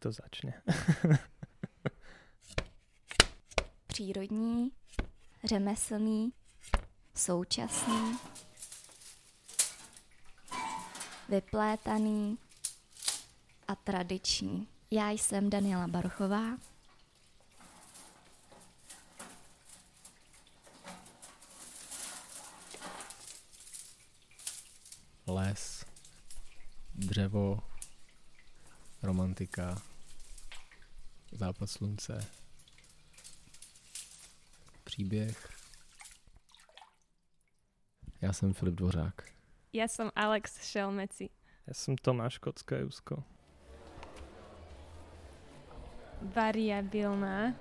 kto začne? Přírodní, řemeslný, současný, vyplétaný a tradiční. Já jsem Daniela Barochová. Les, dřevo, romantika, západ slunce, příběh. Já jsem Filip Dvořák. Ja som Alex Šelmeci. Ja som Tomáš Kockajusko. Variabilná.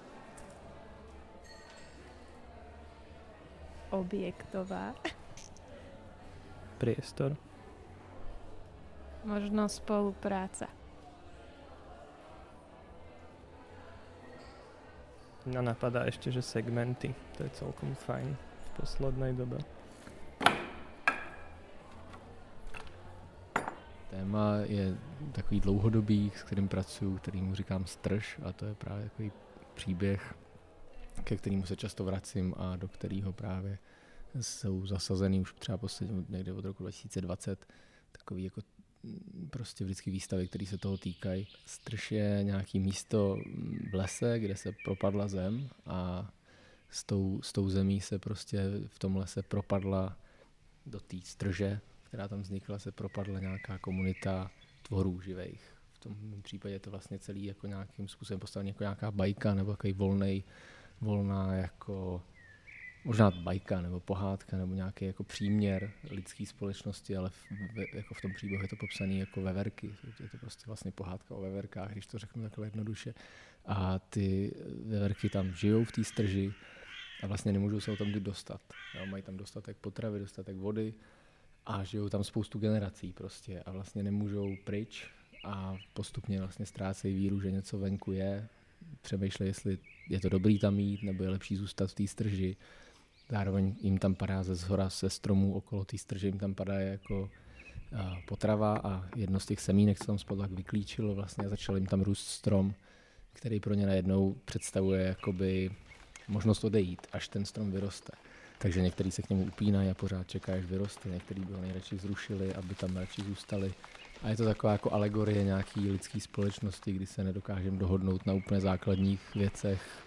Objektová. Priestor. Možno spolupráca. Mňa napadá ešte, že segmenty. To je celkom fajn v poslednej dobe. Téma je takový dlouhodobý, s kterým pracuju, kterýmu říkám strž, a to je právě takový příběh, ke kterému se často vracím a do kterého právě jsou zasazený už třeba posledně někde od roku 2020 takový jako prostě vždycky výstavy, které se toho týkají. Strž je nějaký místo v lese, kde se propadla zem a s tou zemí se prostě v tom lese propadla do té strže, která tam vznikla, se propadla nějaká komunita tvorů živých. V tom případě je to vlastně celý jako nějakým způsobem postavený jako nějaká bajka nebo takový volná jako možná bajka nebo pohádka nebo nějaký jako příměr lidské společnosti, ale jako v tom příběhu je to popsané jako veverky. Je to prostě vlastně pohádka o veverkách, když to řeknu takhle jednoduše. A ty veverky tam žijou v té strži a vlastně nemůžou se o tom dostat. Jo, mají tam dostatek potravy, dostatek vody a žijou tam spoustu generací prostě a vlastně nemůžou pryč a postupně vlastně ztrácejí víru, že něco venku je. Přemýšlejí, jestli je to dobrý tam jít, nebo je lepší zůstat v té strži. Zároveň jim tam padá ze zhora, ze stromů okolo té strže, jim tam padá jako potrava a jedno z těch semínek se tam spodlak vyklíčilo vlastně a začal jim tam růst strom, který pro ně najednou představuje jakoby možnost odejít, až ten strom vyroste. Takže některý se k němu upínají a pořád čekají, až vyroste, některý by ho nejradši zrušili, aby tam radši zůstali. A je to taková jako alegorie nějaký lidské společnosti, kdy se nedokážeme dohodnout na úplně základních věcech.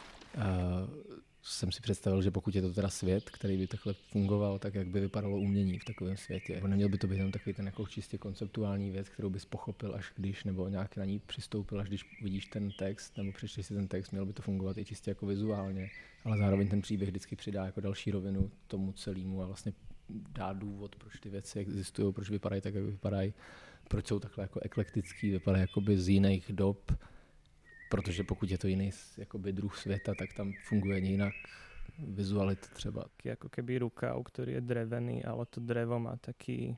Jsem si představil, že pokud je to teda svět, který by takhle fungoval, tak jak by vypadalo umění v takovém světě. Neměl by to být jenom takový ten jako čistě konceptuální věc, kterou bys pochopil až když, nebo nějak na ní přistoupil, až když vidíš ten text, nebo přečteš si ten text, měl by to fungovat i čistě jako vizuálně, ale zároveň ten příběh vždycky přidá jako další rovinu tomu celému a vlastně dá důvod, proč ty věci existují, proč vypadají tak, jak vypadají, proč jsou takhle jako eklektický, vypadají jakoby z jiných dob. Protože pokud je to jiný jakoby druh světa, tak tam funguje jinak vizualita třeba. Jako keby rukav, ktorý je drevený, ale to drevo má taký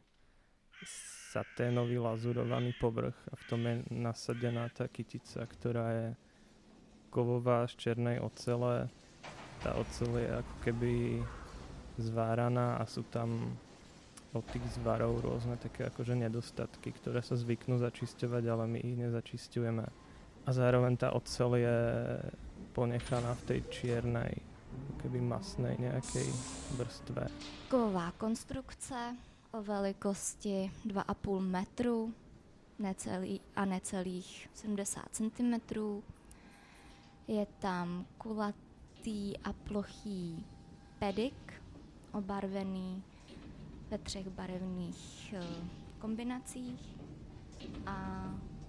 saténový lazurovaný povrch a v tom je nasadená tá kytica, ktorá je kovová z černej ocele. Tá oceľ je ako keby zváraná a sú tam od tých zvarov rôzne také akože nedostatky, ktoré sa zvyknú začisťovať, ale my ich nezačisťujeme. A zároveň tá oceľ je ponechaná v tej čiernej, keby masnej nejakej vrstve. Kovová konstrukce o velikosti 2,5 metru necelých 70 cm. Je tam kulatý a plochý pedik, obarvený ve 3 barevných kombinacích a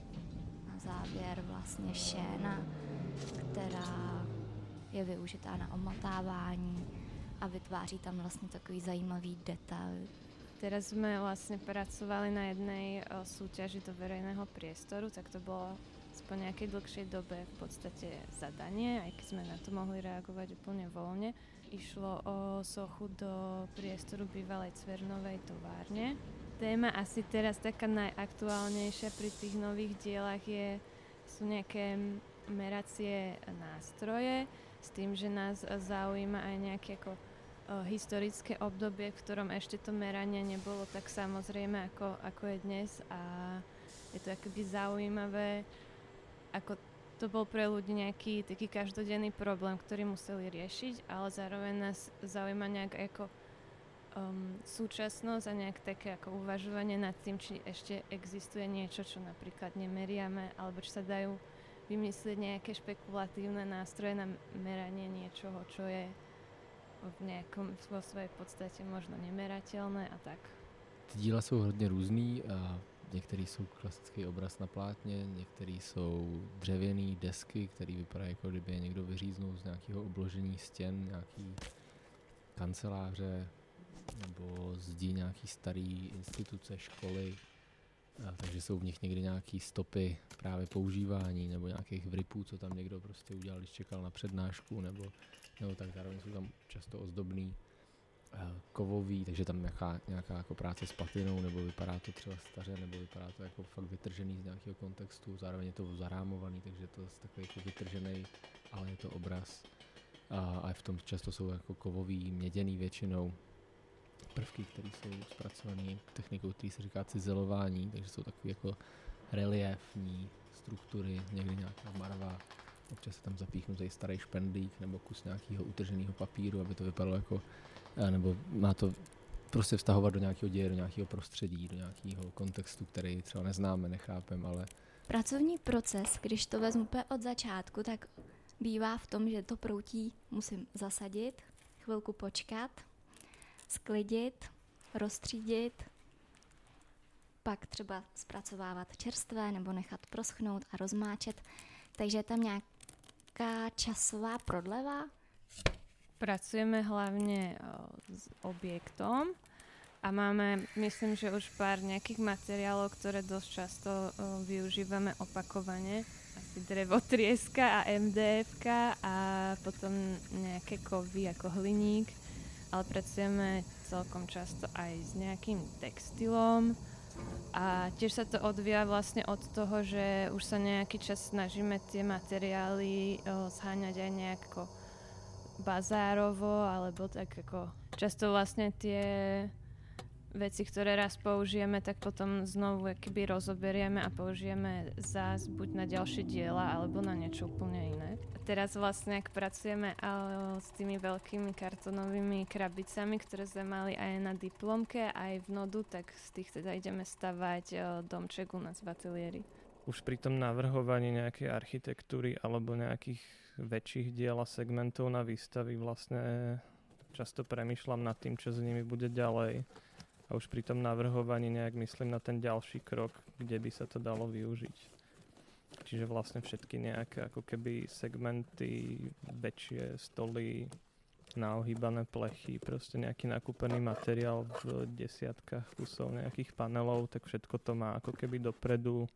závěr vlastně šéna, která je využitá na omotávání a vytváří tam vlastně takový zajímavý detail. Teraz sme vlastne pracovali na jednej súťaži do verejného priestoru, tak to bolo po nejakej dlhšej dobe v podstate zadanie, aj keď sme na to mohli reagovať úplne voľne. Išlo o sochu do priestoru bývalej Cvernovej továrne. Téma asi teraz taká najaktuálnejšia pri tých nových dielach sú nejaké meracie nástroje s tým, že nás zaujíma aj nejaké ako historické obdobie, v ktorom ešte to meranie nebolo tak samozrejme ako je dnes a je to akoby zaujímavé ako to bol pre ľudí nejaký taký každodenný problém, ktorý museli riešiť, ale zároveň nás zaujíma nejak ako súčasnosť a nejak také ako uvažovanie nad tým, či ešte existuje niečo, čo napríklad nemeriame, alebo či sa dajú vymyslieť nejaké špekulatívne nástroje na meranie niečoho, čo je vo svojej podstate možno nemerateľné a tak. Ty díla jsou hodně různý a některý jsou klasický obraz na plátně, některý jsou dřevěný desky, které vypadají, jako kdyby je někdo vyříznul z nějakého obložení stěn, nějaký kanceláře nebo zdi nějaký starý instituce, školy. Takže jsou v nich někdy nějaký stopy právě používání nebo nějakých vrypů, co tam někdo prostě udělal, když čekal na přednášku, nebo tak zároveň jsou tam často ozdobný, kovový, takže tam nějaká jako práce s patinou, nebo vypadá to třeba staře, nebo vypadá to jako fakt vytržený z nějakého kontextu, zároveň je to zarámovaný, takže to je takový jako vytržený, ale je to obraz. A v tom často jsou jako kovový, měděný většinou prvky, které jsou zpracované technikou, který se říká cizelování, takže jsou takové jako reliefní struktury, někdy nějaká barva, občas se tam zapíchnutý starý špendlík nebo kus nějakého utrženého papíru, aby to vypadalo jako, nebo má to prostě vztahovat do nějakého děje, do nějakého prostředí, do nějakého kontextu, který třeba neznáme, nechápeme, ale... Pracovní proces, když to vezmu od začátku, tak bývá v tom, že to proutí musím zasadit, chvilku počkat, sklidit, rozstřídit, pak třeba zpracovávat čerstvé nebo nechat proschnout a rozmáčet. Takže je tam nějaká časová prodleva? Pracujeme hlavne s objektom a máme, myslím, že už pár nejakých materiálov, ktoré dosť často využívame opakovane. Asi drevotrieska a MDF-ka a potom nejaké kovy ako hliník. Ale pracujeme celkom často aj s nejakým textilom a tiež sa to odvíja vlastne od toho, že už sa nejaký čas snažíme tie materiály zháňať aj nejako bazárovo, alebo tak ako často vlastne tie veci, ktoré raz použijeme, tak potom znovu akýby rozoberieme a použijeme zás buď na ďalšie diela, alebo na niečo úplne iné. A teraz vlastne, ak pracujeme s tými veľkými kartonovými krabicami, ktoré sme mali aj na diplomke, aj v NODu, tak z tých teda ideme stavať domček u nás v ateliéri. Už pri tom navrhovaní nejakej architektúry alebo nejakých väčších diel a segmentov na výstavy vlastne často premýšľam nad tým, čo s nimi bude ďalej. A už pri tom navrhovaní nejak myslím na ten ďalší krok, kde by sa to dalo využiť. Čiže vlastne všetky nejaké ako keby segmenty, väčšie stoly, naohýbané plechy, proste nejaký nakúpený materiál v desiatkách kusov nejakých panelov, tak všetko to má ako keby dopredu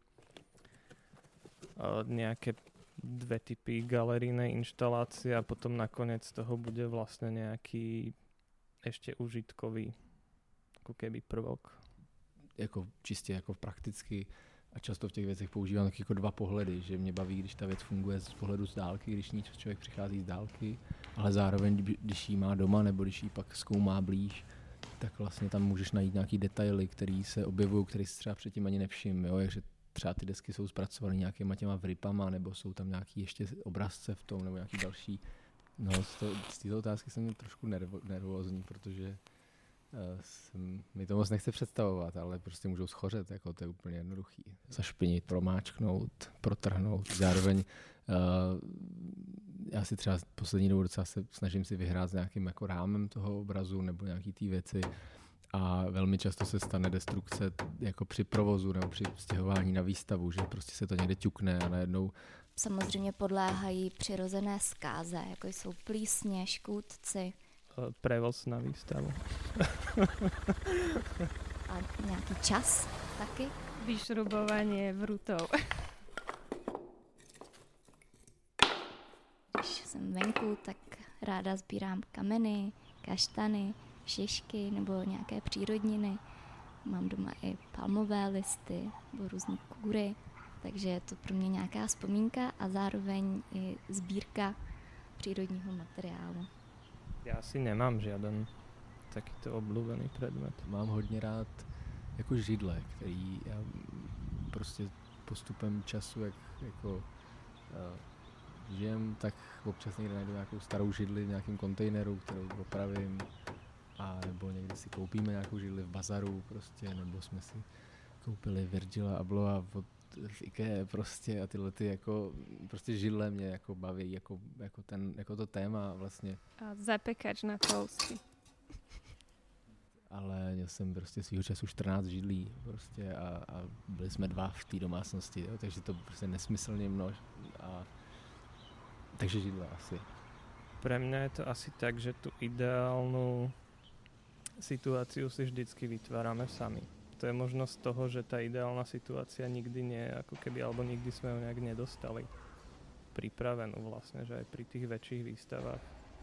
nejaké dve typy galerijnej inštalácie a potom nakoniec toho bude vlastne nejaký ešte užitkový ako keby prvok. Jako čistě jako prakticky a často v těch věcech používám taky jako dva pohledy, že mě baví, když ta věc funguje z pohledu z dálky, když ní člověk přichází z dálky, ale zároveň, když ji má doma nebo když ji pak zkoumá blíž, tak vlastně tam můžeš najít nějaký detaily, které se objevují, které si třeba předtím ani nevšiml, jo, takže třeba ty desky jsou zpracované nějakýma těma vrypama, nebo jsou tam nějaký ještě obrazce v tom, nebo nějaký další. No, z této otázky jsem trošku nervózní, protože mi to moc nechce představovat, ale prostě můžou schořet, jako to je úplně jednoduchý. Zašpinit, promáčknout, protrhnout. Zároveň já si třeba poslední dobu docela se snažím si vyhrát s nějakým jako rámem toho obrazu nebo nějaký té věci a velmi často se stane destrukce jako při provozu nebo při stěhování na výstavu, že prostě se to někde ťukne a najednou samozřejmě podléhají přirozené zkáze, jako jsou plísně, škůdci. Prevoz na výstavu. A nějaký čas taky? Vyšrubovanie vrutov. Když jsem venku, tak ráda sbírám kameny, kaštany, šišky nebo nějaké přírodniny. Mám doma i palmové listy nebo různé kůry, takže je to pro mě nějaká vzpomínka a zároveň i sbírka přírodního materiálu. Ja asi nemám žiaden takýto obľúbený predmet. Mám hodně rád jako židle, který já prostě postupem času, jak jako žijem, tak občas někde najdu nějakou starou židli v nějakém kontejneru, kterou opravím, a nebo někdy si koupíme nějakou židli v bazaru prostě, nebo jsme si koupili Virgila Abloha z IKEA prostě, a tyhle ty jako prostě židle mě jako baví, jako to téma vlastně. A zapekač na toasty. Ale měl jsem prostě svýho času 14 židlí prostě a byli jsme 2 v té domácnosti, jo, takže to prostě nesmyslně množ. Takže židle asi. Pre mňa je to asi tak, že tú ideálnu situáciu si vždycky vytvárame sami. To je možno z toho, že tá ideálna situácia nikdy nie je ako keby, alebo nikdy sme ju nejak nedostali pripravenú vlastne, že aj pri tých väčších výstavách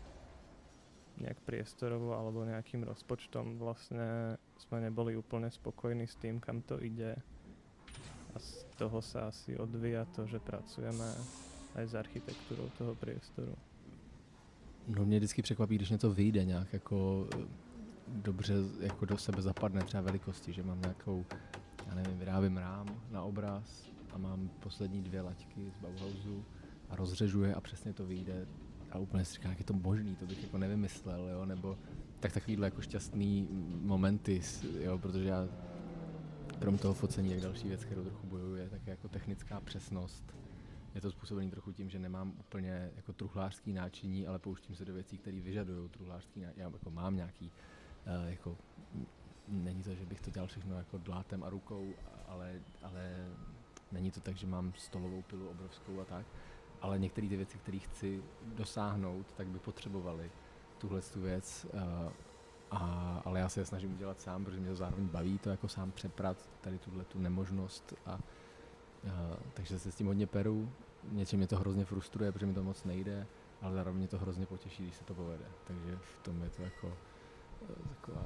nejak priestorovo alebo nejakým rozpočtom vlastne sme neboli úplne spokojní s tým, kam to ide, a z toho sa asi odvíja to, že pracujeme aj s architektúrou toho priestoru. No, mě vždycky překvapí, když něco vyjde nějak jako dobře, jako do sebe zapadne třeba velikosti, že mám nějakou, já nevím, vyrábím rám na obraz a mám poslední 2 laťky z Bauhausu a rozřežu je a přesně to vyjde a úplně si říkám, jak je to možný, to bych jako nevymyslel, jo, nebo tak takovýhle jako šťastný momenty, jo, protože já krom toho focení, jak další věc, kterou trochu bojuje, tak je jako technická přesnost. Je to způsobený trochu tím, že nemám úplně jako truhlářský náčiní, ale pouštím se do věcí, které vyžadují truhlářský náčiní. Já jako mám nějaký, jako, není to, že bych to dělal všechno jako dlátem a rukou, ale není to tak, že mám stolovou pilu obrovskou a tak. Ale některé ty věci, které chci dosáhnout, tak by potřebovaly tuhle tu věc. Ale já se je snažím udělat sám, protože mě to zároveň baví to jako sám přeprat, tady tuhle tu nemožnost. Takže se s tím hodně peru. Něčím mě to hrozně frustruje, protože mi to moc nejde, ale zároveň mě to hrozně potěší, když se to povede. Takže v tom je to jako taková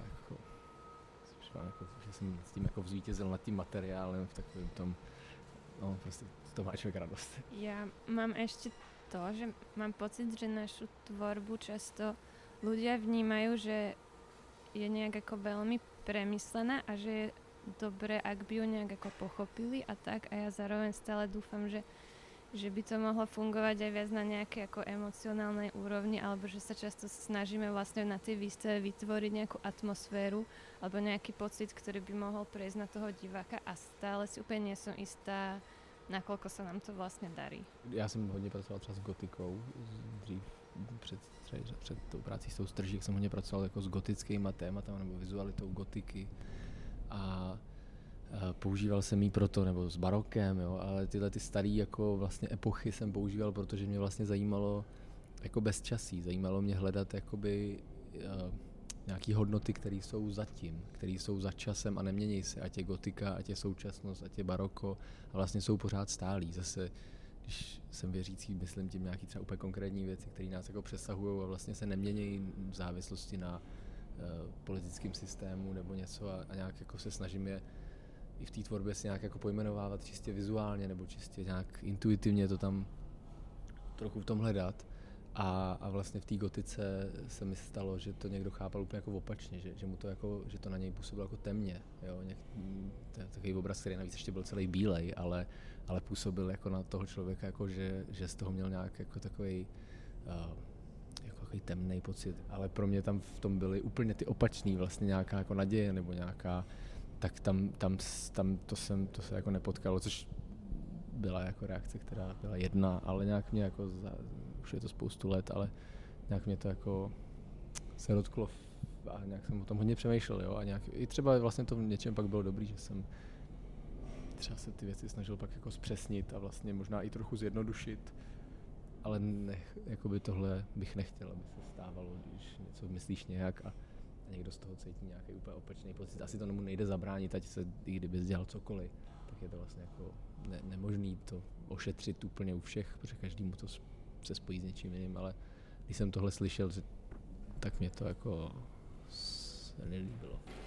jako, že jsem s tím jako vzvítězil nad tím materiálem v takovém tom, no prostě to má člověk radost. Ja mám ešte to, že mám pocit, že našu tvorbu často ľudia vnímajú, že je nejak ako veľmi premyslená a že je dobre, ak by ju nejak ako pochopili a tak, a ja zároveň stále dúfam, že by to mohlo fungovať aj viac na nejakej ako emocionálnej úrovni, alebo že sa často snažíme vlastne na tej výstave vytvoriť nejakú atmosféru alebo nejaký pocit, ktorý by mohol prejsť na toho diváka, a stále si úplne nie som istá, nakoľko sa nám to vlastne darí. Já jsem hodně pracoval třeba s gotikou, dřív před tou prací s tou Strží, jsem hodně pracoval jako s gotickýma tématama nebo vizualitou gotiky a používal jsem jí proto, nebo s barokem, jo, ale tyhle ty starý jako vlastně epochy jsem používal, protože mě vlastně zajímalo jako bezčasí, zajímalo mě hledat jakoby nějaký hodnoty, které jsou za tím, které jsou za časem a nemění se, ať je gotika, ať je současnost, ať je baroko, a vlastně jsou pořád stálí. Zase, když jsem věřící, myslím tím nějaký třeba úplně konkrétní věci, které nás jako přesahují a vlastně se nemění v závislosti na politickém systému nebo něco, a nějak jako se snažím je i v té tvorbě si nějak jako pojmenovávat čistě vizuálně nebo čistě nějak intuitivně to tam trochu v tom hledat. A vlastně v té gotice se mi stalo, že to někdo chápal úplně jako opačně, že mu to jako, že to na něj působilo jako temně, jo, to je takový obraz, který navíc ještě byl celý bílej, ale působil jako na toho člověka, jako že z toho měl nějak jako takový jako takový temnej pocit, ale pro mě tam v tom byly úplně ty opačný, vlastně nějaká jako naděje nebo nějaká, tak tam to se jako nepotkalo, což byla jako reakce, která byla jedna, ale nějak mě jako už je to spoustu let, ale nějak mě to jako se dotklo a nějak jsem o tom hodně přemýšlel, jo, a nějak i třeba vlastně to v něčem pak bylo dobrý, že jsem třeba se ty věci snažil pak jako zpřesnit a vlastně možná i trochu zjednodušit, ale jakoby tohle bych nechtěl, aby se stávalo, když něco myslíš nějak a někdo z toho cítí nějaký úplně opačný pocit. Asi to tomu nejde zabránit, ať se i kdyby dělal cokoliv, tak je to vlastně jako nemožný to ošetřit úplně u všech, protože každému to se spojí s něčím jiným, ale když jsem tohle slyšel, tak mě to jako se nelíbilo.